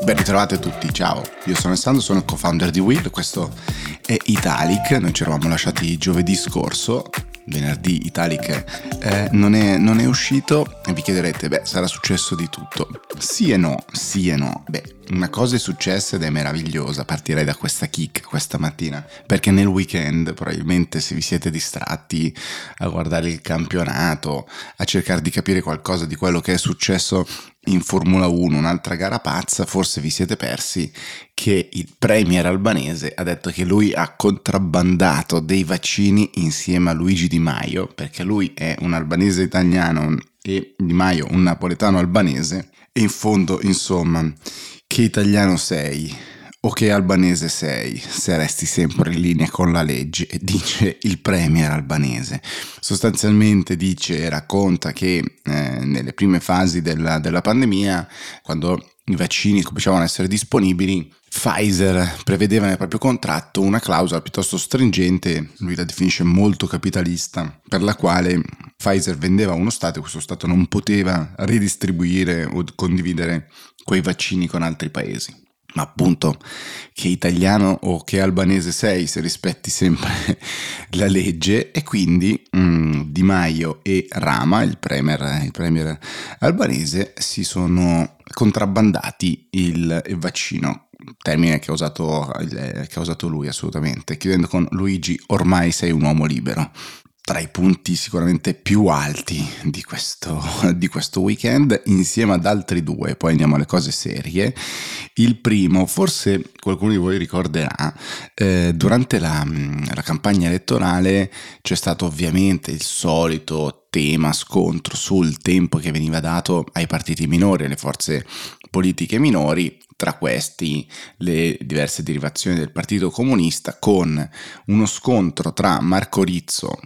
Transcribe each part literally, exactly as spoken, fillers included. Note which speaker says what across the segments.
Speaker 1: Ben ritrovati a tutti, ciao, io sono Alessandro, sono il co-founder di Will, questo è Italic, noi ci eravamo lasciati giovedì scorso, venerdì Italic eh, non, è, non è uscito e vi chiederete, beh, sarà successo di tutto. Sì e no, sì e no, beh, una cosa è successa ed è meravigliosa, partirei da questa kick questa mattina, perché nel weekend probabilmente se vi siete distratti a guardare il campionato, a cercare di capire qualcosa di quello che è successo in Formula uno, un'altra gara pazza, forse vi siete persi che il premier albanese ha detto che lui ha contrabbandato dei vaccini insieme a Luigi Di Maio, perché lui è un albanese italiano e Di Maio un napoletano albanese, e in fondo, insomma, che italiano sei o che albanese sei se resti sempre in linea con la legge, dice il premier albanese. Sostanzialmente dice e racconta che eh, nelle prime fasi della, della pandemia, quando i vaccini cominciavano ad essere disponibili, Pfizer prevedeva nel proprio contratto una clausola piuttosto stringente, lui la definisce molto capitalista, per la quale Pfizer vendeva a uno Stato e questo Stato non poteva ridistribuire o condividere quei vaccini con altri paesi. Ma appunto, che italiano o che albanese sei se rispetti sempre la legge, e quindi mh, Di Maio e Rama, il premier, il premier albanese, si sono contrabbandati il, il vaccino, termine che ha usato, che ha usato lui assolutamente, chiudendo con Luigi ormai sei un uomo libero. Tra i punti sicuramente più alti di questo, di questo weekend, insieme ad altri due, poi andiamo alle cose serie. Il primo, forse qualcuno di voi ricorderà, eh, durante la, la campagna elettorale c'è stato ovviamente il solito tema scontro sul tempo che veniva dato ai partiti minori, alle forze politiche minori, tra questi le diverse derivazioni del Partito Comunista, con uno scontro tra Marco Rizzo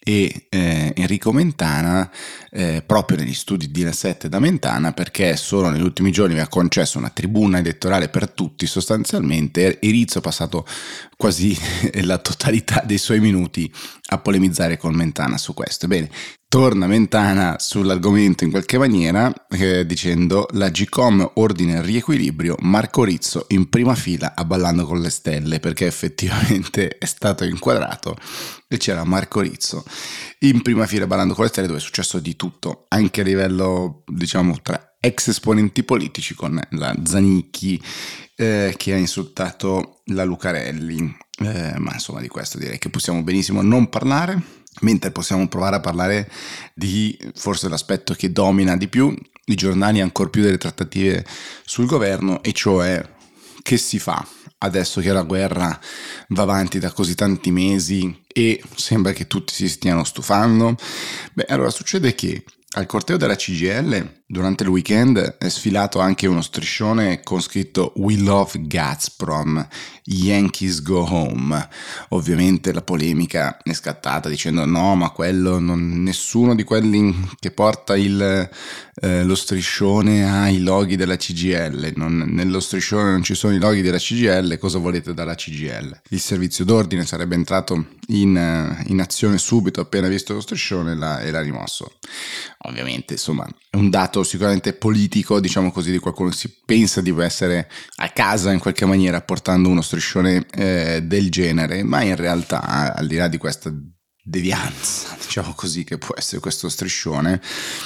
Speaker 1: e eh, Enrico Mentana eh, proprio negli studi di La sette da Mentana, perché solo negli ultimi giorni mi ha concesso una tribuna elettorale per tutti sostanzialmente, e Rizzo ha passato quasi la totalità dei suoi minuti a polemizzare con Mentana su questo. Bene, torna Mentana sull'argomento in qualche maniera eh, dicendo: la Gcom ordina il riequilibrio, Marco Rizzo in prima fila a Ballando con le Stelle, perché effettivamente è stato inquadrato e c'era Marco Rizzo in prima fila Ballando con le Stelle, dove è successo di tutto anche a livello, diciamo, tra ex esponenti politici, con la Zanicchi eh, che ha insultato la Lucarelli, eh, ma insomma di questo direi che possiamo benissimo non parlare, mentre possiamo provare a parlare di forse l'aspetto che domina di più i giornali, ancor più delle trattative sul governo, e cioè che si fa adesso che la guerra va avanti da così tanti mesi e sembra che tutti si stiano stufando. Beh, allora succede che al corteo della C G I L durante il weekend è sfilato anche uno striscione con scritto "We love Gazprom, Yankees go home". Ovviamente la polemica è scattata dicendo no, ma quello non, nessuno di quelli che porta il, eh, lo striscione ha i loghi della C G I L, non, nello striscione non ci sono i loghi della C G I L, cosa volete dalla C G I L? Il servizio d'ordine sarebbe entrato in, in azione subito appena visto lo striscione e l'ha, e l'ha rimosso. Ovviamente, insomma, è un dato sicuramente politico, diciamo così, di qualcuno che si pensa di essere a casa in qualche maniera portando uno striscione eh, del genere, ma in realtà, al di là di questa devianza, diciamo così, che può essere questo striscione,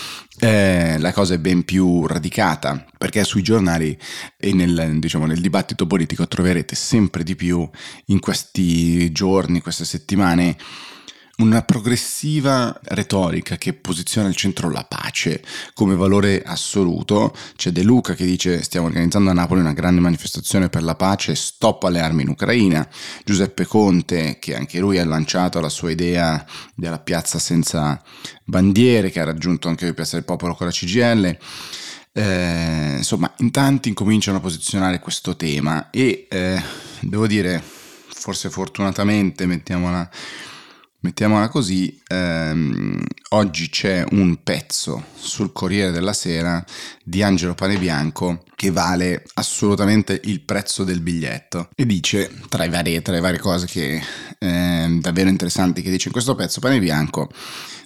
Speaker 1: Eh, la cosa è ben più radicata, perché sui giornali e nel, diciamo, nel dibattito politico troverete sempre di più in questi giorni, queste settimane, una progressiva retorica che posiziona al centro la pace come valore assoluto. C'è De Luca che dice: stiamo organizzando a Napoli una grande manifestazione per la pace, stop alle armi in Ucraina. Giuseppe Conte, che anche lui ha lanciato la sua idea della piazza senza bandiere, che ha raggiunto anche lui Piazza del Popolo con la C G I L. Eh, insomma, in tanti incominciano a posizionare questo tema e eh, devo dire, forse fortunatamente, mettiamola Mettiamola così, ehm, oggi c'è un pezzo sul Corriere della Sera di Angelo Panebianco che vale assolutamente il prezzo del biglietto, e dice, tra, i vari, tra le varie cose che eh, davvero interessanti che dice in questo pezzo, Panebianco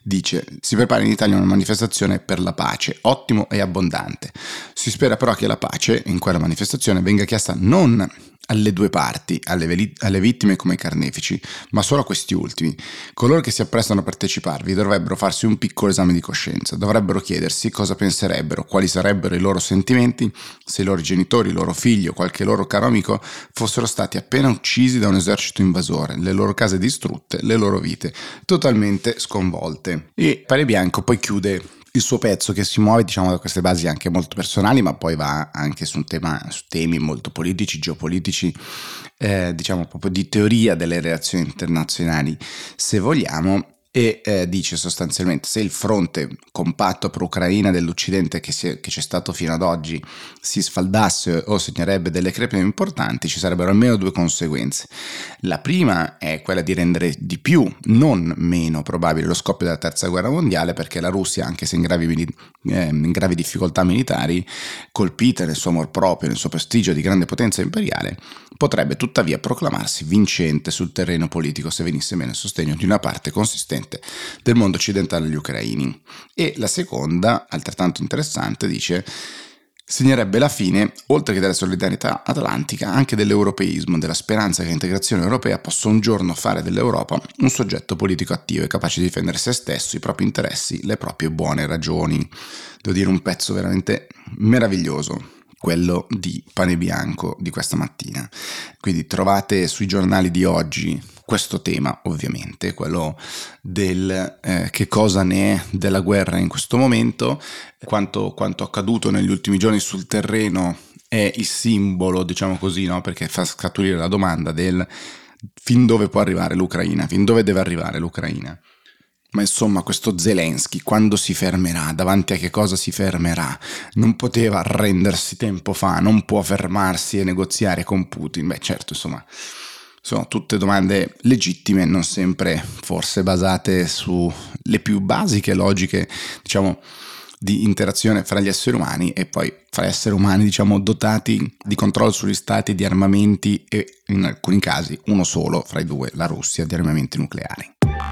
Speaker 1: dice: si prepara in Italia una manifestazione per la pace, ottimo e abbondante. Si spera però che la pace in quella manifestazione venga chiesta non alle due parti, alle, veli- alle vittime come ai carnefici, ma solo a questi ultimi. Coloro che si apprestano a parteciparvi dovrebbero farsi un piccolo esame di coscienza, dovrebbero chiedersi cosa penserebbero, quali sarebbero i loro sentimenti se i loro genitori, i loro figli o qualche loro caro amico fossero stati appena uccisi da un esercito invasore, le loro case distrutte, le loro vite totalmente sconvolte. E Panebianco poi chiude il suo pezzo, che si muove, diciamo, da queste basi anche molto personali, ma poi va anche su, un tema, su temi molto politici, geopolitici, eh, diciamo proprio di teoria delle relazioni internazionali, se vogliamo, e eh, dice sostanzialmente: se il fronte compatto pro-Ucraina dell'Occidente che, si è, che c'è stato fino ad oggi si sfaldasse o segnerebbe delle crepe importanti, ci sarebbero almeno due conseguenze. La prima è quella di rendere di più, non meno probabile, lo scoppio della terza guerra mondiale, perché la Russia, anche se in gravi, eh, in gravi difficoltà militari, colpita nel suo amor proprio, nel suo prestigio di grande potenza imperiale, potrebbe tuttavia proclamarsi vincente sul terreno politico se venisse meno il sostegno di una parte consistente del mondo occidentale agli ucraini. E la seconda, altrettanto interessante, dice: segnerebbe la fine, oltre che della solidarietà atlantica, anche dell'europeismo, della speranza che l'integrazione europea possa un giorno fare dell'Europa un soggetto politico attivo e capace di difendere se stesso, i propri interessi, le proprie buone ragioni. Devo dire, un pezzo veramente meraviglioso, quello di Panebianco di questa mattina. Quindi trovate sui giornali di oggi questo tema, ovviamente, quello del eh, che cosa ne è della guerra in questo momento, quanto, quanto accaduto negli ultimi giorni sul terreno è il simbolo, diciamo così, no? Perché fa scaturire la domanda del fin dove può arrivare l'Ucraina, fin dove deve arrivare l'Ucraina. Ma insomma, questo Zelensky quando si fermerà? Davanti a che cosa si fermerà? Non poteva arrendersi tempo fa, non può fermarsi e negoziare con Putin. Beh, certo, insomma, sono tutte domande legittime, non sempre forse basate sulle più basiche logiche, diciamo, di interazione fra gli esseri umani e poi fra esseri umani, diciamo, dotati di controllo sugli stati, di armamenti e in alcuni casi uno solo fra i due, la Russia, di armamenti nucleari.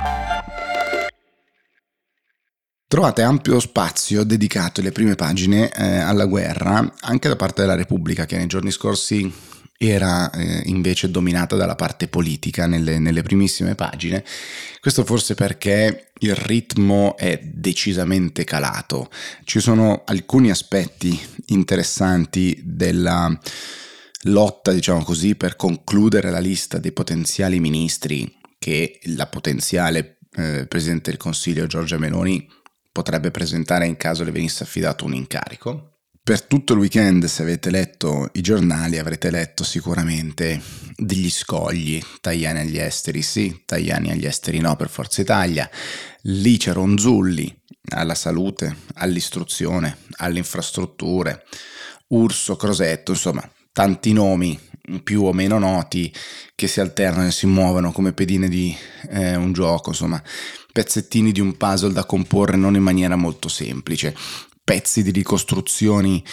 Speaker 1: Trovate ampio spazio dedicato alle prime pagine eh, alla guerra anche da parte della Repubblica, che nei giorni scorsi era eh, invece dominata dalla parte politica nelle, nelle primissime pagine. Questo forse perché il ritmo è decisamente calato. Ci sono alcuni aspetti interessanti della lotta, diciamo così, per concludere la lista dei potenziali ministri che la potenziale eh, Presidente del Consiglio Giorgia Meloni potrebbe presentare in caso le venisse affidato un incarico. Per tutto il weekend, se avete letto i giornali, avrete letto sicuramente degli scogli: Tajani agli esteri sì, Tajani agli esteri no per Forza Italia, Licia Ronzulli alla salute, all'istruzione, alle infrastrutture, Urso, Crosetto, insomma tanti nomi più o meno noti che si alternano e si muovono come pedine di eh, un gioco, insomma pezzettini di un puzzle da comporre non in maniera molto semplice, pezzi di ricostruzioni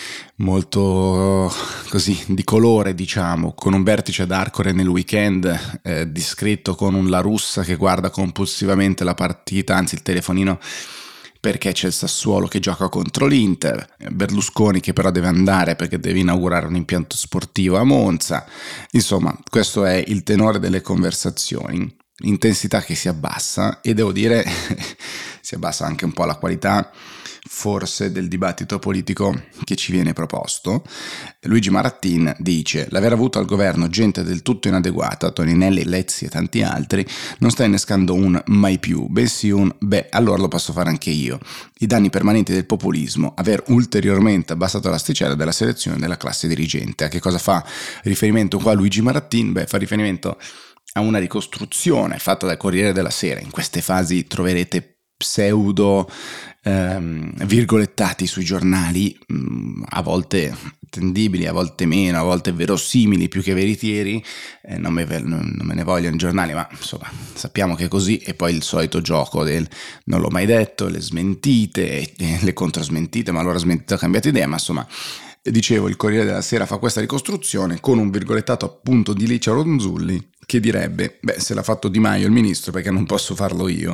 Speaker 1: molto così di colore, diciamo, con un vertice ad Arcore nel weekend eh, descritto con un La Russa che guarda compulsivamente la partita, anzi il telefonino, perché c'è il Sassuolo che gioca contro l'Inter, Berlusconi che però deve andare perché deve inaugurare un impianto sportivo a Monza. Insomma, questo è il tenore delle conversazioni, l'intensità che si abbassa, e devo dire si abbassa anche un po' la qualità forse del dibattito politico che ci viene proposto. Luigi Marattin dice: l'aver avuto al governo gente del tutto inadeguata, Toninelli, Lezzi e tanti altri, non sta innescando un mai più, bensì un beh, allora lo posso fare anche io. I danni permanenti del populismo, aver ulteriormente abbassato l'asticella della selezione della classe dirigente. A che cosa fa riferimento qua Luigi Marattin? Beh, fa riferimento a una ricostruzione fatta dal Corriere della Sera. In queste fasi troverete pseudo ehm, virgolettati sui giornali, mh, a volte attendibili, a volte meno, a volte verosimili più che veritieri, eh, non, me, non me ne vogliono i giornali, ma insomma sappiamo che è così. E poi il solito gioco del non l'ho mai detto, le smentite, le controsmentite, ma allora smentito, ho cambiato idea, ma insomma dicevo, il Corriere della Sera fa questa ricostruzione con un virgolettato appunto di Licia Ronzulli che direbbe: beh, se l'ha fatto Di Maio il ministro, perché non posso farlo io?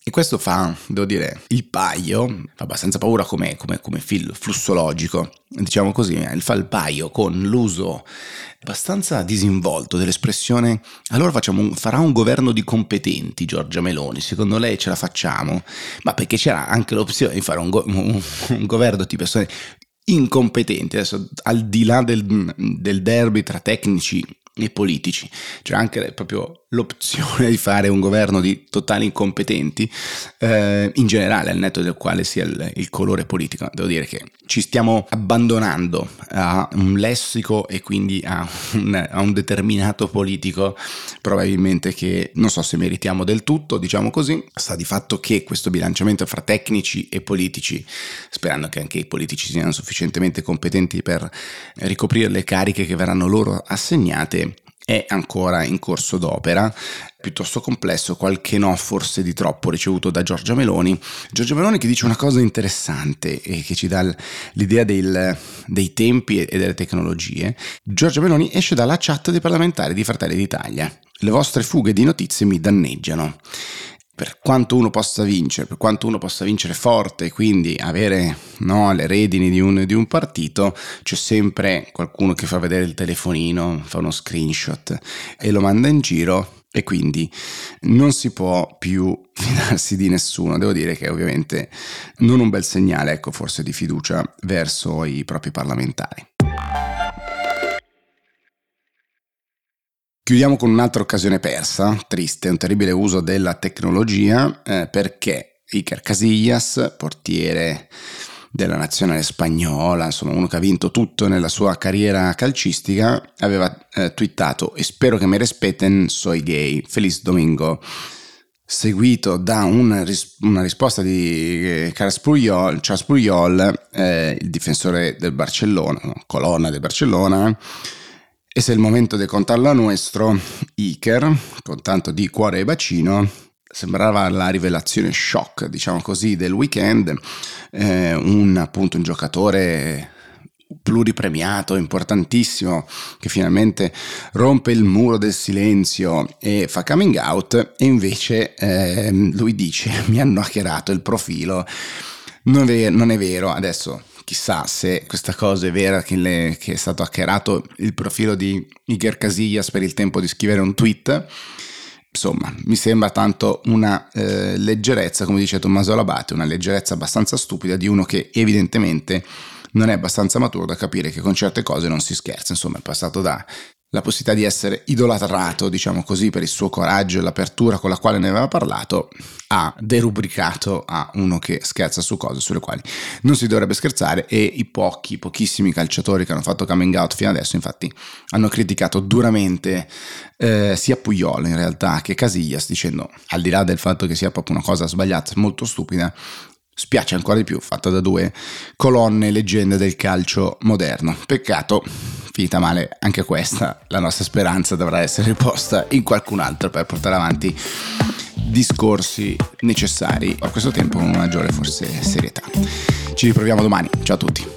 Speaker 1: E questo fa, devo dire, il paio, fa abbastanza paura come, come, come fil flussologico, diciamo così, fa il paio con l'uso abbastanza disinvolto dell'espressione allora facciamo un, farà un governo di competenti Giorgia Meloni, secondo lei ce la facciamo? Ma perché c'era anche l'opzione di fare un, go- un, un governo di persone incompetenti, adesso al di là del, del derby tra tecnici e politici, c'è anche proprio l'opzione di fare un governo di totali incompetenti, eh, in generale, al netto del quale sia il, il colore politico. Devo dire che ci stiamo abbandonando a un lessico e quindi a un, a un determinato politico probabilmente che non so se meritiamo del tutto, diciamo così. Sta di fatto che questo bilanciamento fra tecnici e politici, sperando che anche i politici siano sufficientemente competenti per ricoprire le cariche che verranno loro assegnate, è ancora in corso d'opera, piuttosto complesso, qualche no forse di troppo ricevuto da Giorgia Meloni. Giorgia Meloni che dice una cosa interessante e che ci dà l'idea del, dei tempi e delle tecnologie. Giorgia Meloni esce dalla chat dei parlamentari di Fratelli d'Italia. Le vostre fughe di notizie mi danneggiano. Per quanto uno possa vincere, per quanto uno possa vincere forte e quindi avere no, le redini di un, di un partito, c'è sempre qualcuno che fa vedere il telefonino, fa uno screenshot e lo manda in giro e quindi non si può più fidarsi di nessuno. Devo dire che ovviamente non un bel segnale, ecco, forse di fiducia verso i propri parlamentari. Chiudiamo con un'altra occasione persa, triste, un terribile uso della tecnologia, eh, perché Iker Casillas, portiere della nazionale spagnola, insomma uno che ha vinto tutto nella sua carriera calcistica, aveva eh, twittato "E spero che mi respeten, soy gay, feliz domingo", seguito da una, ris- una risposta di eh, Carles Puyol, Charles Puyol, eh, il difensore del Barcellona, no, colonna del Barcellona. E se è il momento di contarlo a nuestro, Iker, con tanto di cuore e bacino, sembrava la rivelazione shock, diciamo così, del weekend, eh, un appunto un giocatore pluripremiato, importantissimo, che finalmente rompe il muro del silenzio e fa coming out, e invece eh, lui dice mi hanno hackerato il profilo, non è, non è vero, adesso chissà se questa cosa è vera, che, le, che è stato hackerato il profilo di Iker Casillas per il tempo di scrivere un tweet. Insomma, mi sembra tanto una eh, leggerezza, come dice Tommaso Labate, una leggerezza abbastanza stupida di uno che evidentemente non è abbastanza maturo da capire che con certe cose non si scherza. Insomma, è passato da la possibilità di essere idolatrato, diciamo così, per il suo coraggio e l'apertura con la quale ne aveva parlato, a derubricato a uno che scherza su cose sulle quali non si dovrebbe scherzare. E i pochi, pochissimi calciatori che hanno fatto coming out fino adesso, infatti, hanno criticato duramente eh, sia Puyol in realtà che Casillas, dicendo, al di là del fatto che sia proprio una cosa sbagliata, molto stupida, spiace ancora di più, fatta da due colonne leggende del calcio moderno. Peccato, finita male anche questa, la nostra speranza dovrà essere riposta in qualcun altro per portare avanti discorsi necessari a questo tempo con una maggiore forse serietà. Ci riproviamo domani, ciao a tutti.